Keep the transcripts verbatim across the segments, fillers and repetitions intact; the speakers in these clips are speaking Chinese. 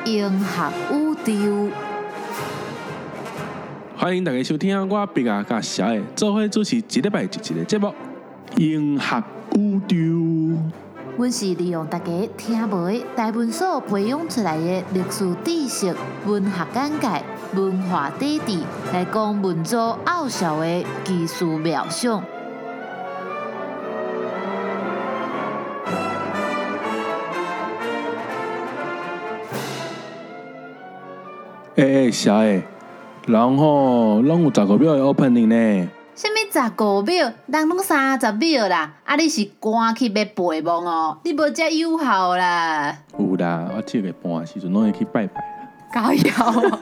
融合宇宙。 欢迎大家收听我毕亚甲小的做伙主持一礼拜一集的节目《融合宇宙》。 阮是利用大家听无的台文所培养出来的历史知识、文学简介、文化底底，来讲文组奥妙的技术妙想。 诶、欸，小的，人吼拢有十五秒的 opening 呢。 什么十五秒？人拢三十秒啦！啊，你是赶去要背梦哦？你无遮有效啦。 有啦，我七月半的时阵拢会去拜拜啦。 搞笑哦！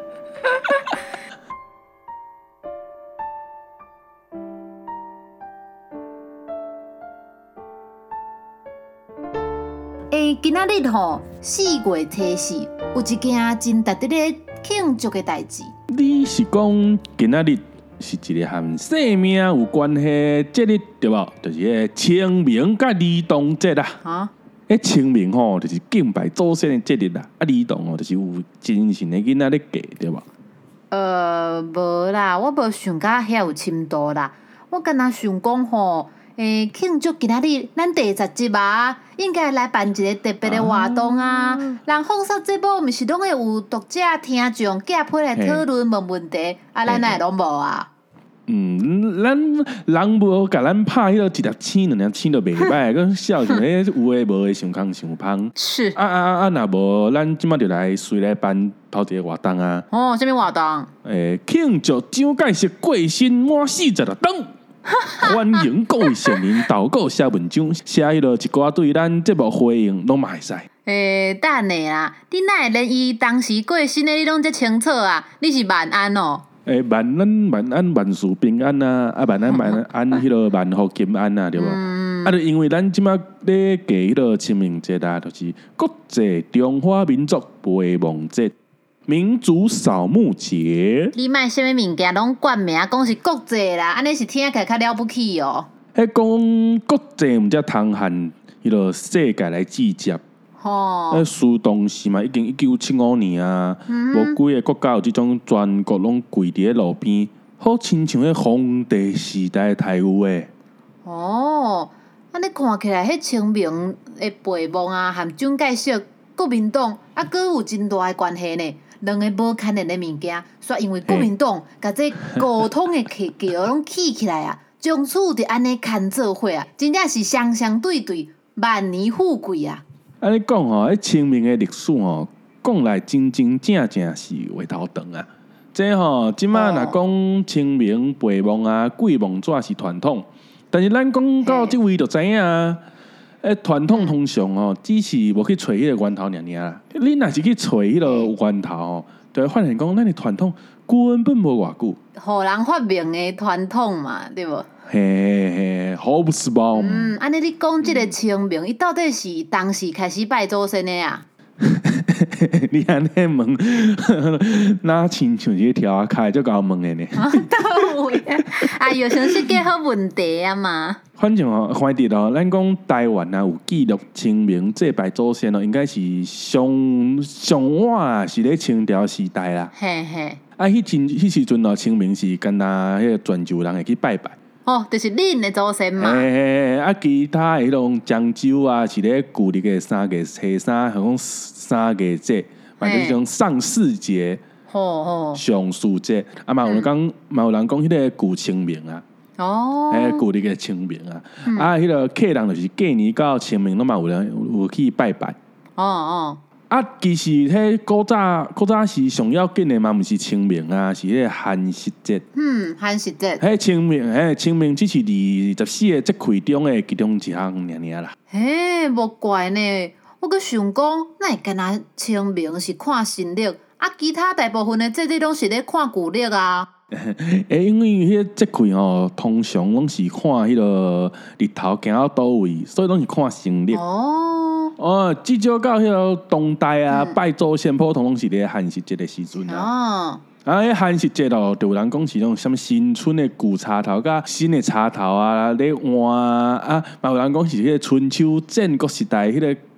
诶，今仔日吼四月初四，有一件真值得咧庆祝的代志。 你是讲今仔日？是一个和生命有关系的节日，对无？就是迄清明甲儿童节啦。 啊？ 迄清明吼，就是敬拜祖先的节日啦。啊，儿童吼，就是有真神的囡仔咧过，对无？ 呃，无啦，我无想到遐有深度啦。我敢若想讲吼，诶，庆祝今仔日咱第十集啊，应该来办一个特别的活动啊。啊人放送节目，毋是拢会有读者、听众、寄批来讨论问问题，啊，咱哪会拢无啊？ 嗯，咱人无甲咱拍迄个一粒星、两粒星都袂歹，佮笑像迄有诶无诶上空上芳。 是。 啊啊啊！若无，咱即摆就来随来办头一个活动啊。 哦，啥物活动？ 诶，庆祝蒋介石过身满四十六天。欢迎各位市民投稿写文章，写迄落一寡对咱节目回应，拢嘛会使。 诶，等下啦，你哪会连伊当时过身的你拢遮清楚啊？你是万安哦？ 诶，万安万安万事平安啊！啊，万安万安，迄落万福金安啊，对无？嗯、啊，就因为咱即马咧过迄落清明节啊，就是国际中华民族备忘节。民族扫墓节， 你卖什么物件拢冠名，讲是国际啦，安尼是听起来较了不起哦。 迄讲国际毋则通限迄落世界来计较。吼，迄苏东时嘛，已经一九七五年啊，无、嗯、几个国家有即种全国拢跪伫咧路边，好亲像迄皇帝时代的台语诶。 哦，安尼看起来，迄清明的备忘啊，和蒋介石、国民党啊，阁有真大的关系呢。两个无牵连的物件，煞因为国民党甲这古统的客桥拢起起来啊，从此就安尼牵做伙啊，真正是双双对对，万年富贵啊！ 安尼讲吼，迄清明的历史吼，讲来真真正正是话头长啊。这吼，即摆若讲清明备忘啊、贵忘纸是传统，但是咱讲到即位就知影啊。诶，传统通常哦，只是无去找迄个源头尔尔啦。你若是去找迄个源头哦，就会发现讲，咱的传统根本无偌久。 互人发明的传统嘛，对无？ 嘿嘿，好不是吧？ 嗯，安尼你讲即个清明，伊到底是当时开始拜祖先的啊？ 你安尼问，哪亲像一个条啊开就甲我问的呢？ 到位啊！哎呦，想是几好问题啊嘛。 反正哦，反正哦，咱讲台湾啊有记录清明祭拜祖先哦，应该是上上晚啊，是咧清朝时代啦。 嘿嘿。 啊，迄阵迄时阵哦，清明是干那迄个泉州人会去拜拜。 哦，就是恁的祖先嘛。 嘿嘿，啊，其他迄种漳州啊，是咧旧历的三月初三，迄种三月节，或者是种上巳节、上巳节，啊嘛有人讲，嘛有人讲迄个旧清明啊。哦。迄旧历的清明啊，嗯、啊，迄个客人就是过年到清明，拢嘛有人有去拜拜。哦哦。啊，其实迄古早古早是上要紧的嘛，毋是清明啊，是迄个寒食节。 嗯，寒食节。 迄清明，迄清明只是二十四个节气中的其中一项尔尔啦。 嘿，无怪呢，我阁想讲，哪会干那清明是看新历，啊，其他大部分的节日拢是咧看旧历啊。 诶，因为迄个节气吼，通常拢是看迄个日头行到倒位，所以拢是看新历。哦。哦，至少到迄个冬代啊，嗯、拜祖先普通拢是咧寒食节的时阵啊。哦。啊，迄寒食节哦，就有人讲是种什么新春的旧插头，甲新的插头啊，咧换啊，嘛有人讲是迄个春秋战国时代迄个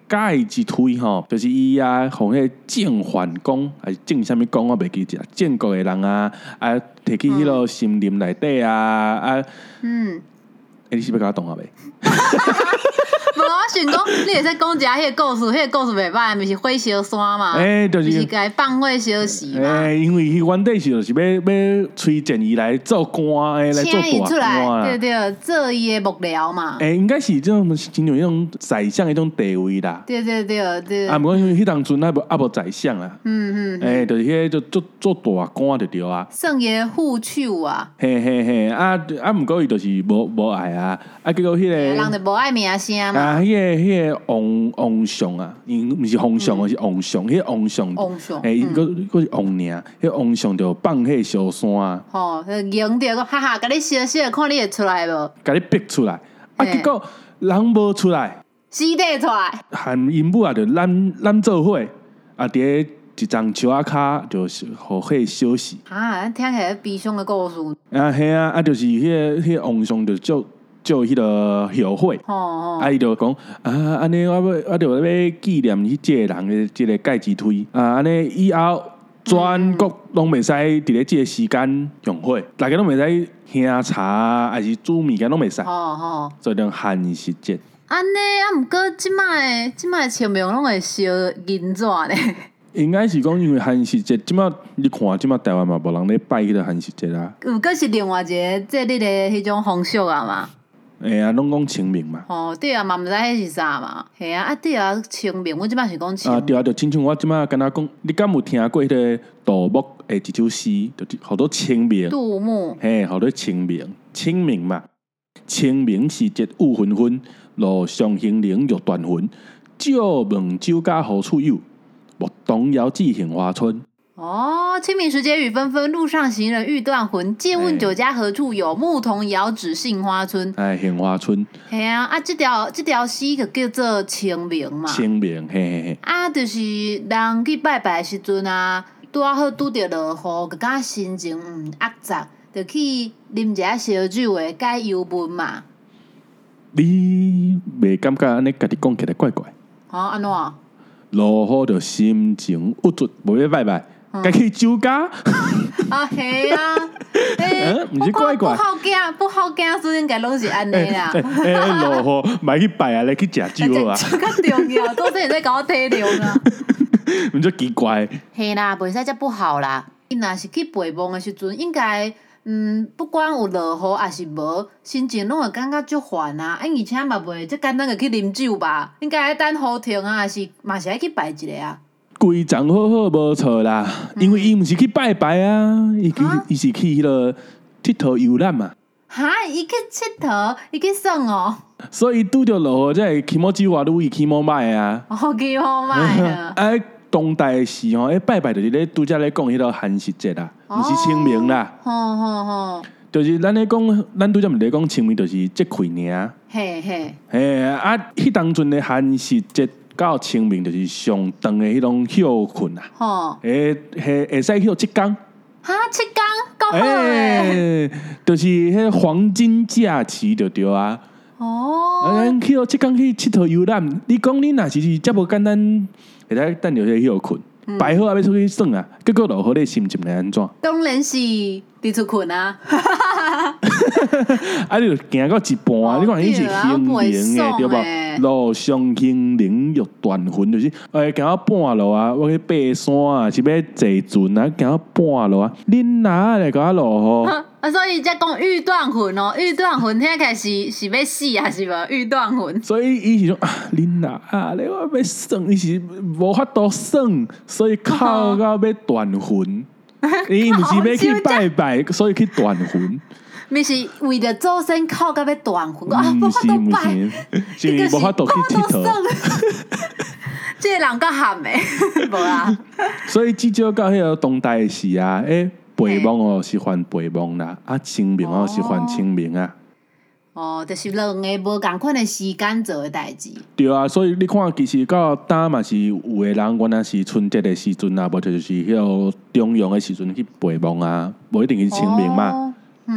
介之推吼，就是伊啊，互迄郑桓公还是郑啥物公我袂记得，郑国诶人啊，啊，摕去迄落森林内底啊，啊，嗯，欸、你是要甲我动下袂？ 无，我想讲，你会使讲一下迄个故事，迄、那个故事袂歹，毋是火烧山嘛？诶、欸，就是，就是该放火烧死嘛。 诶、欸，因为迄原底是就是要要推荐伊来做官诶，来做大官对对，做伊诶幕僚嘛。 诶、欸，应该是这种亲像迄种宰相迄种地位啦。 对对对对。 啊，毋过因为迄当阵还无还无宰相啊。嗯嗯。诶、欸，就是迄个做做大官就对啊。 圣爷护手啊。 嘿嘿嘿，啊啊，毋过伊就是无无爱啊，啊结果迄、那个。 人就无爱名声嘛。 啊，迄、那个迄、那个王王上啊，因毋是皇上，嗯、是王上，迄、那個、王上， 王上， 诶，佫佫是王尔，迄、那個、王上就放迄烧山啊。 吼、哦，赢着，哈哈，甲你烧烧，看你会出來无？ 甲你逼出来，啊，結果人無出來， 死地出來， 含因母啊，就攬攬做伙，啊，佇一張樹仔骹就互火燒死。 啊，聽起來悲傷的故事。 啊，係啊，啊，就是迄、那個迄、那個王上就做。就迄個後悔，哦哦、啊伊就講啊，安尼我要我就要紀念迄即個人嘅即個介之推啊，安尼以後全國攏袂使佇咧即個時間用火，大家攏袂使喝茶啊，還是煮物件攏袂使，哦哦、做種限時節。 安尼啊，毋過即擺即擺清明攏會燒銀紙咧。 應該是講因為限時節，即擺你看即擺台灣嘛無人咧拜迄個限時節啊。 有個是另外一個節日嘅迄種風俗啊嘛。 誒啊，攏講清明嘛。 哦，對啊，嘛毋知迄是啥嘛。係啊，啊對啊，清明，我即擺是講清明。 啊對啊，就親像我即擺敢若講，你敢有聽過迄個杜牧誒一首詩，就好多清明。 杜牧。嘿， 好多清明，清明嘛。清明時節霧紛紛，路上行人欲斷魂。借問酒家何處有？牧童遙指杏花村。 哦，清明時節雨紛紛，路上行人欲斷魂。借問酒家何處有？牧童遙指杏花村。 哎，杏花村。 係啊，啊，這條這條詩就叫做清明嘛。 清明，嘿嘿嘿。 啊，就是人去拜拜時陣啊，拄啊好拄着落雨，個感覺心情嗯壓雜，就去啉一下燒酒誒解憂悶嘛。 你袂感覺安尼家己講起來怪怪？ 哦，安怎？ 落雨就心情鬱卒，無要拜拜。該去酒家啊，係啊，誒， 唔是怪怪， 不好驚，不好驚，所以應該攏是安尼啦。 誒，落雨咪去拜啊，你去食酒啊， 這較重要，做這在搞我體諒啊。 唔就奇怪。 係啦，袂使遮不好啦。伊若是去陪夢的時陣，應該嗯，不管有落雨還是無，心情攏會感覺足煩啊。啊，而且嘛袂遮簡單個去啉酒吧，應該愛等雨停啊，還是嘛是愛去拜一個啊。 規場好好無錯啦，嗯、因為伊毋是去拜拜啊，伊去伊是去迄個佚佗遊覽嘛。 哈，伊去佚佗，伊去耍哦。 所以拄着落雨，才會起毛酒話愈起毛歹啊。 哦，起毛歹啊！ 啊，當代時吼，誒拜拜就是咧拄則咧講迄個限時節啦，毋、哦、是清明啦。吼吼吼。就是咱咧講，咱拄則毋咧講清明，就是節氣爾。嘿嘿。嘿啊，迄當陣咧限時節。到清明就是上長的迄種休困啊，吼，誒，係會使休七天。 哈，七天夠好誒， 就是迄黃金假期就對啊。哦，咱休七天去佚佗遊覽，你講你若是是遮無簡單，會使等着迄休困，擺好啊要出去耍啊，結果落雨你心情會安怎？ 當然是佇厝困啊。 啊，你就行到一半，哦、你看伊是行明誒，對吧？路上行人欲斷魂，就是誒，行到半路啊，我去爬山啊，是要坐船啊，行到半路啊，恁哪來甲我落雨？ 啊，所以才講欲斷魂哦，欲斷魂聽起來是是要死啊，是無？欲斷魂。 所以伊是講啊，恁哪啊，你我要耍，伊是無法度耍，所以靠到要斷魂。伊毋是要去拜拜，所以去斷魂。 咪是為着祖先靠到要斷魂，啊，無法度拜， 是無法度去佚佗。 這個人夠鹹誒，無啦。 所以至少到迄個當代的時啊，誒，陪夢哦是還陪夢啦，啊，清明哦是還清明啊。 哦，就是兩個無共款的時間做的代誌。 對啊，所以你看，其實到當嘛是有個人原來是春節的時陣啊，無就是迄個中陽的時陣去陪夢啊，無一定是清明嘛。哦、嗯嗯嗯。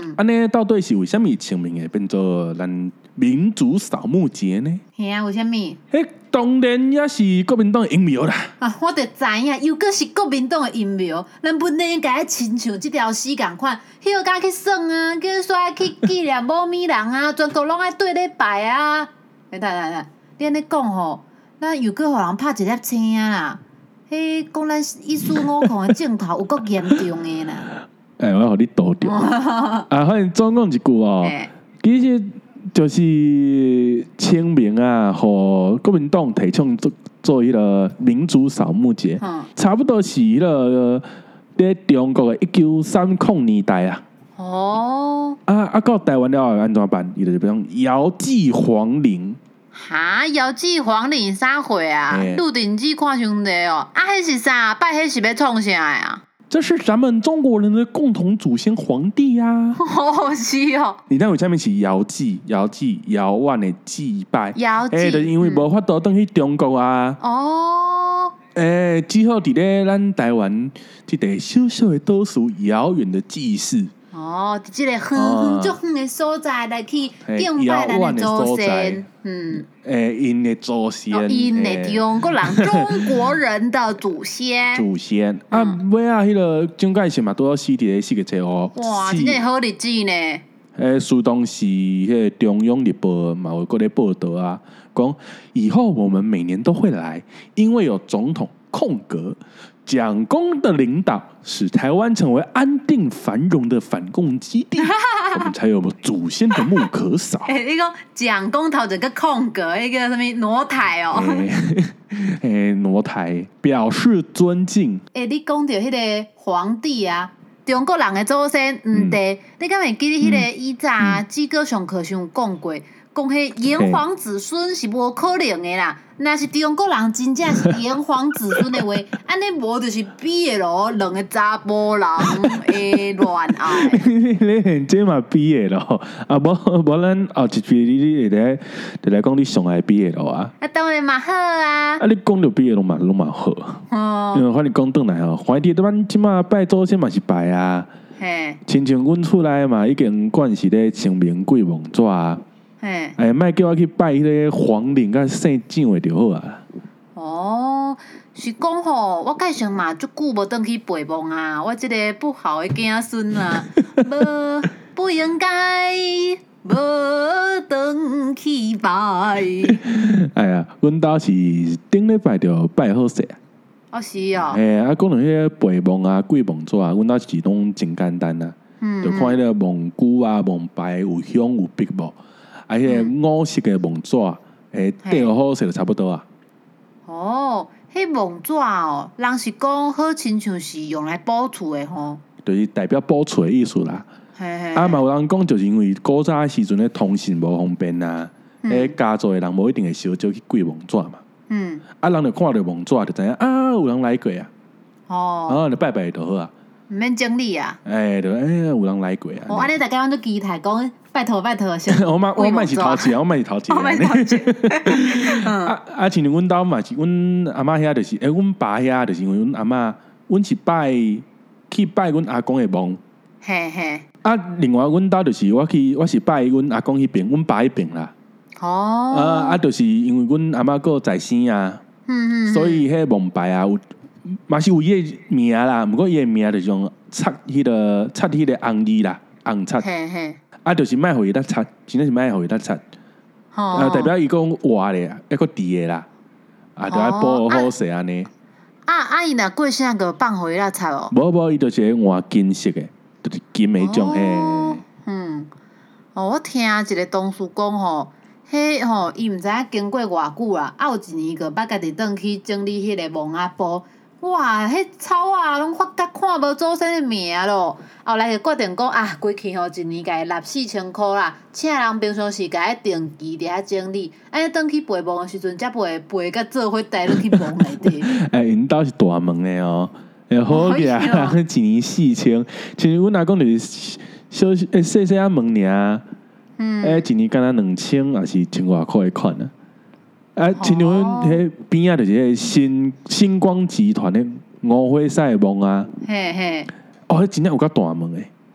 嗯， 安尼到底是为什么清明会变做咱民族扫墓节呢？ 嘿啊，为什么？ 迄当然也是国民党的阴谋啦！ 啊，我着知影，又搁是国民党的阴谋。咱本来应该亲像即条诗共款，迄个敢去耍啊，叫煞去纪念某美人啊，全国拢爱对咧拜啊。哎，等等等，你安尼讲吼，咱又搁互人拍一粒青啊啦！迄讲咱一输五控的镜头有够严重的啦！ 哎，我要互你倒掉啊！反正总讲一句哦，其实就是清明啊，互国民党提倡做做迄个民族扫墓节，嗯、差不多是迄、那个在中国的一九三零年代啊。 哦。 啊啊！到台湾了后安怎办？伊就是比如遥祭皇陵。 哈，遥祭皇陵啥货啊？《鹿鼎记》看伤济哦。啊，迄是啥？拜迄是要创啥呀？ 这是咱们中国人的共同祖先皇帝呀、啊！ 哦，是哦。 你那为下面是遥祭，遥祭，遥远的祭拜。 遥祭， 哎、欸，就是因为无法度转去中国啊。 哦。 哎、欸，只好伫咧咱台湾这个小小的岛屿，遥远的祭祀。 哦，伫即个远远足远的所在来去敬拜咱的祖先。嗯。 诶，因的祖先， 因的中国人，中国人的祖先， 祖先啊，尾啊，迄个蒋介石嘛，拄好死伫咧四个节哦。 哇，真个好日子呢！ 诶，苏当时迄个中央日报嘛，有过咧报道啊，讲以后我们每年都会来，因为有总统空格。蒋公的领导使台湾成为安定繁荣的反共基地，我们才有祖先的墓可扫。 哎、欸，你讲蒋公头一个空格，一个什么挪台哦？ 哎、欸，挪台表示尊敬。 哎、欸，你讲到迄个皇帝啊，中国人的祖先唔对，嗯、你敢会记得迄个以前啊，诸葛上课上讲过。讲迄炎黄子孙是无可能的啦，若是中国人真正是炎黄子孙的话，安尼无就是比的咯，两个查甫人会恋爱。 你现这嘛比的咯，啊无无咱后一句你你来就来讲你上爱比的咯啊。 啊当然嘛好啊。 啊你讲到比的拢嘛拢嘛好。哦。因为反正讲转来吼，反正咱即马拜祖先嘛是拜啊。嘿。亲像阮厝内嘛已经惯是咧清明跪蒙纸啊。哎，哎，莫叫我去拜迄个皇陵甲圣像的就好啊。 哦，是讲吼，我介绍嘛，足久无转去陪墓啊，我即个不好的囝孙啊，无不应该无转去拜。 哎呀，阮兜是顶礼拜就拜好势啊。 哦，是哦。 哎，啊，讲到迄个陪墓啊、跪墓纸啊，阮兜是拢真简单啊，嗯、就看迄个蒙古啊、蒙白有香有笔无。啊，迄个五色的蒙纸，诶，戴好势就差不多啊。 哦，迄蒙纸哦，人是讲好亲像是用来补厝的吼。 就是代表补厝的意思啦。啊，嘛有人讲，就是因为古早时阵咧通讯无方便啊，诶、嗯，家族的人无一定会烧酒去跪蒙纸嘛。嗯。啊，人就看到蒙纸就知影啊，有人来过啊。哦。啊，就拜拜就好啊。 毋免整理啊。 诶，就诶，有人来过啊。 哦，安尼大家拢都期待讲。拜托拜托， 我嘛我嘛是头前，我嘛是头前。 我嘛是头前。 啊啊！像阮兜嘛是，阮阿嬷遐就是，诶，阮爸遐就是因为阮阿嬷，阮是拜去拜阮阿公的墓。嘿嘿。啊，另外阮兜就是我去，我是拜阮阿公迄边，阮爸迄边啦。哦。啊啊，就是因为阮阿嬷个在生啊，嗯嗯，所以迄墓牌啊有，嘛是有伊个名啦，毋过伊个名就是用插迄个插迄个红字啦，红插。嘿嘿。啊，就是卖互伊咱插，真正是卖互伊咱插，啊，代表伊讲活咧，一个伫诶啦，啊，就爱保好势安尼。 啊啊，伊若过生个放互伊咱插哦。 无无，伊就是换金色诶，就是金诶种嘿。 嗯，哦，我听一个同事讲吼，迄吼伊毋知影经过偌久啦，啊有一年个捌家己转去整理迄个墓仔埔。哇，迄草啊，拢发觉看无祖先的名咯。后来就决定讲啊，规气吼一年甲伊纳四千箍啦，请人平常时甲伊定期伫遐整理，安尼转去陪墓的时阵，才袂陪甲做伙带落去墓内底。 哎，因兜是大门的哦，哎好个啊，一年四千，其实阮阿公就是小诶细细仔门尔，嗯，哎一年敢若两千，也是千外块的款啊。啊，亲像阮迄边仔就是迄星星光集团的五花赛梦啊，嘿嘿，哦，迄真正有够大门诶，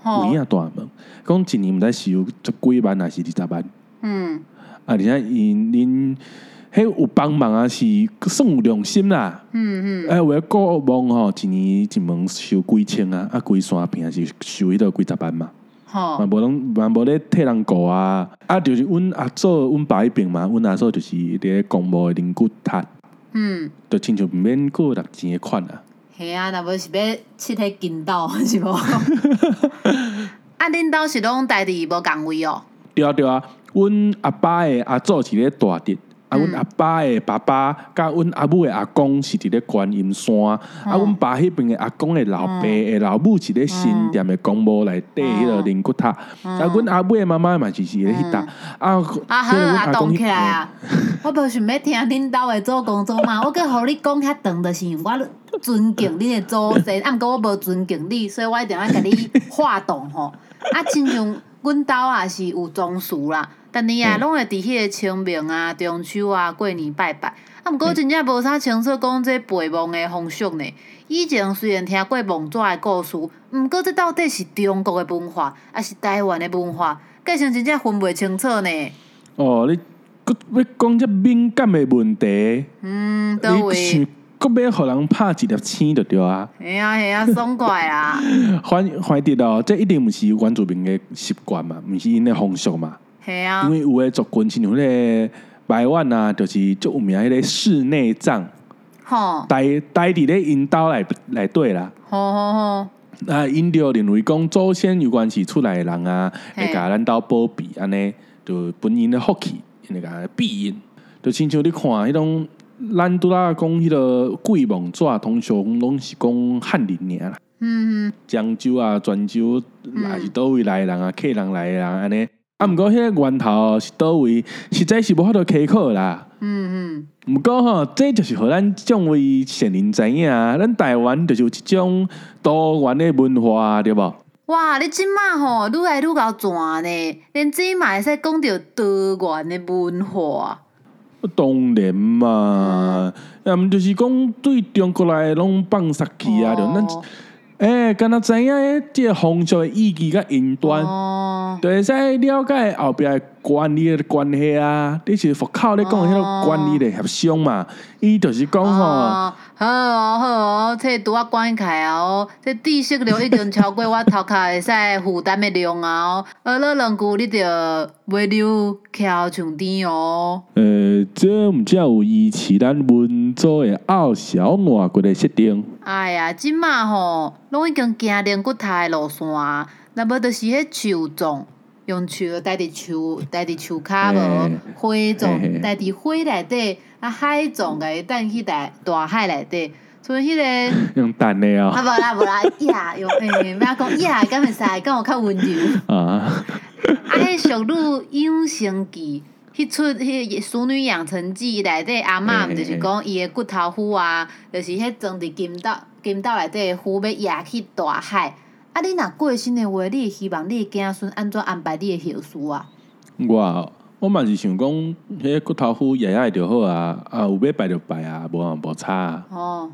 有影大问，讲一年毋知收十几万还是二十万。嗯。啊，而且因恁迄有帮忙啊，是算有良心啦。嗯嗯。哎，为国望吼，一年一门收几千啊，啊，规山片是收迄个几十万嘛。吼。嘛无拢嘛无咧替人顾啊，啊，就是阮阿祖、阮爸迄边嘛，阮阿祖就是咧公务的人骨塔。嗯。就亲像免过六钱的款啊。 嘿啊，若无是要佚迄筋斗是无？啊，恁兜是拢家己无共位哦？ 对啊对啊，阮阿爸的阿祖是咧大直，啊，阮阿爸的爸爸甲阮阿母的阿公是伫咧观音山，啊，阮爸迄边的阿公的老爸的老母是咧新店的公墓内底迄个灵骨塔，啊，阮阿母的妈妈嘛就是咧迄搭，啊， 啊好啊，动起来啊！我无想要听恁兜的祖公祖妈，我阁互你讲遐长，就是我尊敬你的祖先，啊，毋过我无尊敬你，所以我一定要甲你化动吼。啊，亲像阮兜也是有宗祠啦，逐年啊拢会伫迄个清明啊、中秋啊、过年拜拜。啊，毋过真正无啥清楚讲这陪墓的风俗呢。以前虽然听过墓纸的故事，毋过这到底是中国的文化，还是台湾的文化，计算真正分袂清楚呢。 哦，你佫要讲这敏感的问题，嗯，倒位？佫要互人拍一粒星就对啊！ 系啊系啊，爽快啊！ 反反正哦，这一定毋是原住民的习惯嘛，毋是因的风俗嘛。 系啊。 因为有诶族群，像迄个台湾啊，就是足有名迄个室内葬，吼，待待伫咧因兜内内底啦。吼吼吼。啊，因着认为讲祖先有关系出来诶人啊，会甲咱兜保庇，安尼就本因的福气，因会甲庇因，就亲像你看迄种。咱拄仔讲迄个贵梦纸，通常拢是讲汉人尔啦。嗯，漳州啊、泉州，还是倒位来人啊、客人来人安尼。啊，毋过迄个源头是倒位，实在是无法度苛刻啦。嗯嗯。毋过吼，这就是互咱众位先人知影，咱台湾就是有一种多元的文化，对无？ 哇！你即马吼愈来愈够全呢，连这嘛会使讲到多元的文化。 当然嘛，要毋就是讲对中国来拢放杀气啊！就咱诶，敢若知影诶，即个风俗诶意义甲因端，就会使了解后壁诶管理诶关系啊。你是佛教咧讲迄个管理诶协商嘛？伊就是讲吼。 好哦好哦，这拄啊关开啊哦，这知识量已经超过我头壳会使负担的量啊哦，学了两句你着袂溜翘上天哦。呃， 这毋才有依起咱文组的奥小软骨的设定。 哎呀，即马吼，拢已经行灵骨塔的路线，若无就是迄树葬，用树待伫树，待伫树骹无，火葬待伫火内底。啊，海葬甲伊等去大大海内底，像迄个用等的哦。 啊，无啦无啦，呀用诶，不要讲呀，敢会使，敢有较温柔。啊。啊，迄《俗女养生记》迄出迄《淑女养成记》内底阿嬷，毋就是讲伊诶骨头骨啊，就是迄装伫金斗金斗内底骨要压去大海。啊，你若过身诶话，你会希望你诶子孙安怎安排你诶后事啊？ 我。我嘛是想讲，迄个骨头骨爷爷就好啊，啊有要拜就拜啊，无啊无差啊。哦。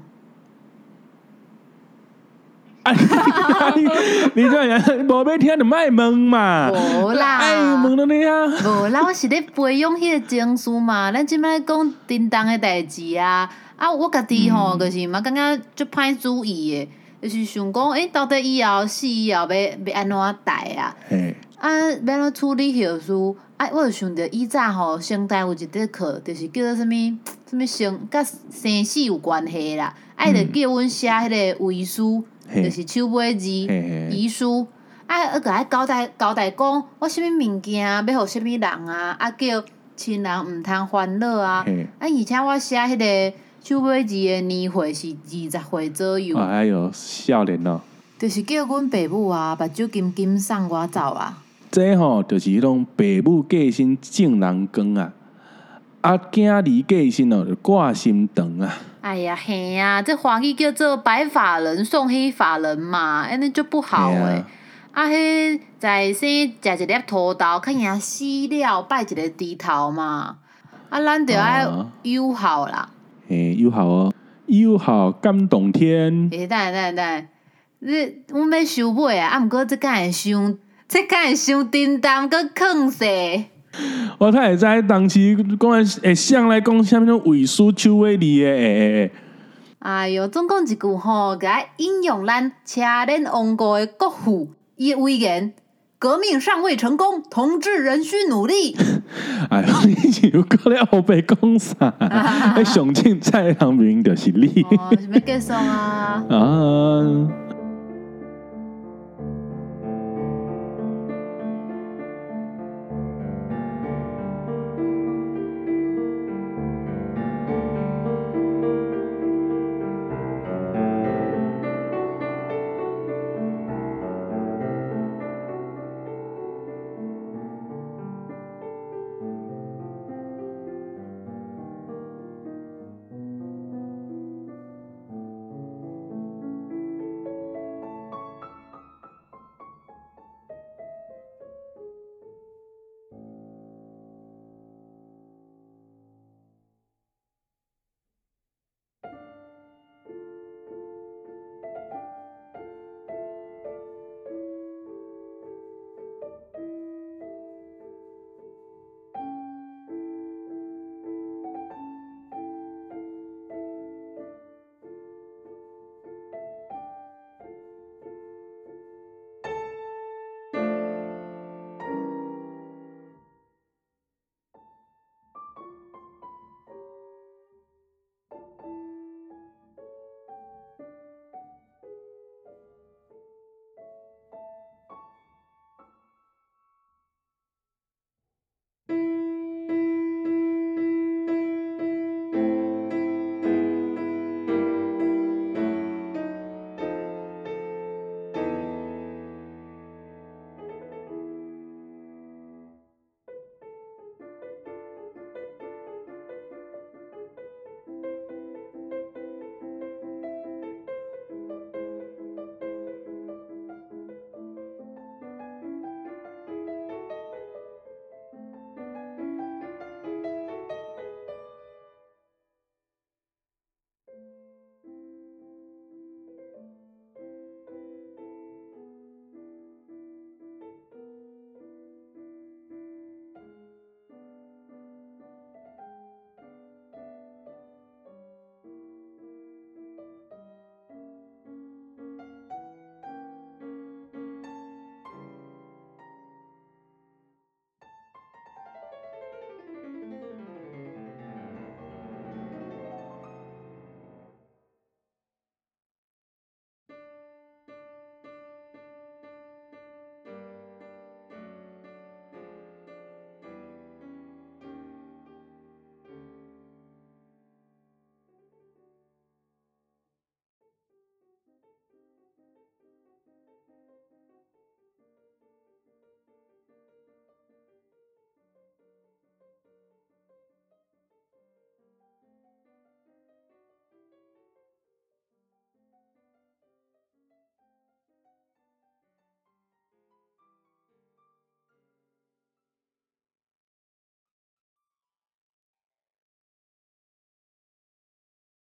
啊！你这样无要听就莫问嘛。 无啦。 哎，问到你啊。 无啦，我是咧培养迄个情绪嘛。咱即摆讲叮当诶代志啊，啊，我家己吼，就是嘛感觉足歹主意诶，就是想讲，诶，到底以后死以后要要安怎待啊？嘿。啊，要安怎处理后事？啊，我就想着以前吼，生代有一节课，就是叫做啥物啥物生，甲生死有关系啦。啊，伊就叫阮写迄个遗书，就是手尾字遗书。啊，佮甲交代交代讲，我啥物物件要互啥物人啊？啊，叫亲人毋通烦恼啊。啊，而且我写迄个手尾字的年岁是二十岁左右。 哎哟，少年哦。 就是叫阮爸母啊，目睭金金送我走啊。 这吼就是迄种爸母过身敬人光啊，啊囝儿过身哦就挂心肠啊。 哎呀嘿啊，这华语叫做白发人送黑发人嘛，安尼就不好诶。啊，迄在生食一粒土豆，较赢死了拜一个猪头嘛。啊，咱着爱友好啦。 嘿，友好哦，友好感动天。 诶，等下等下等下。 你阮要收尾啊，啊毋过这敢会伤，这敢会伤沉重，搁囥势。 我太会知当时讲会想来讲啥物种为师手尾字诶诶诶。 哎哟，总讲一句吼，甲引用咱车轮王国的国父伊威言：革命尚未成功，同志仍需努力。 哎呦，你又过来后背讲啥？迄上精彩的人名就是你。 哦，是要结束啊？ 啊。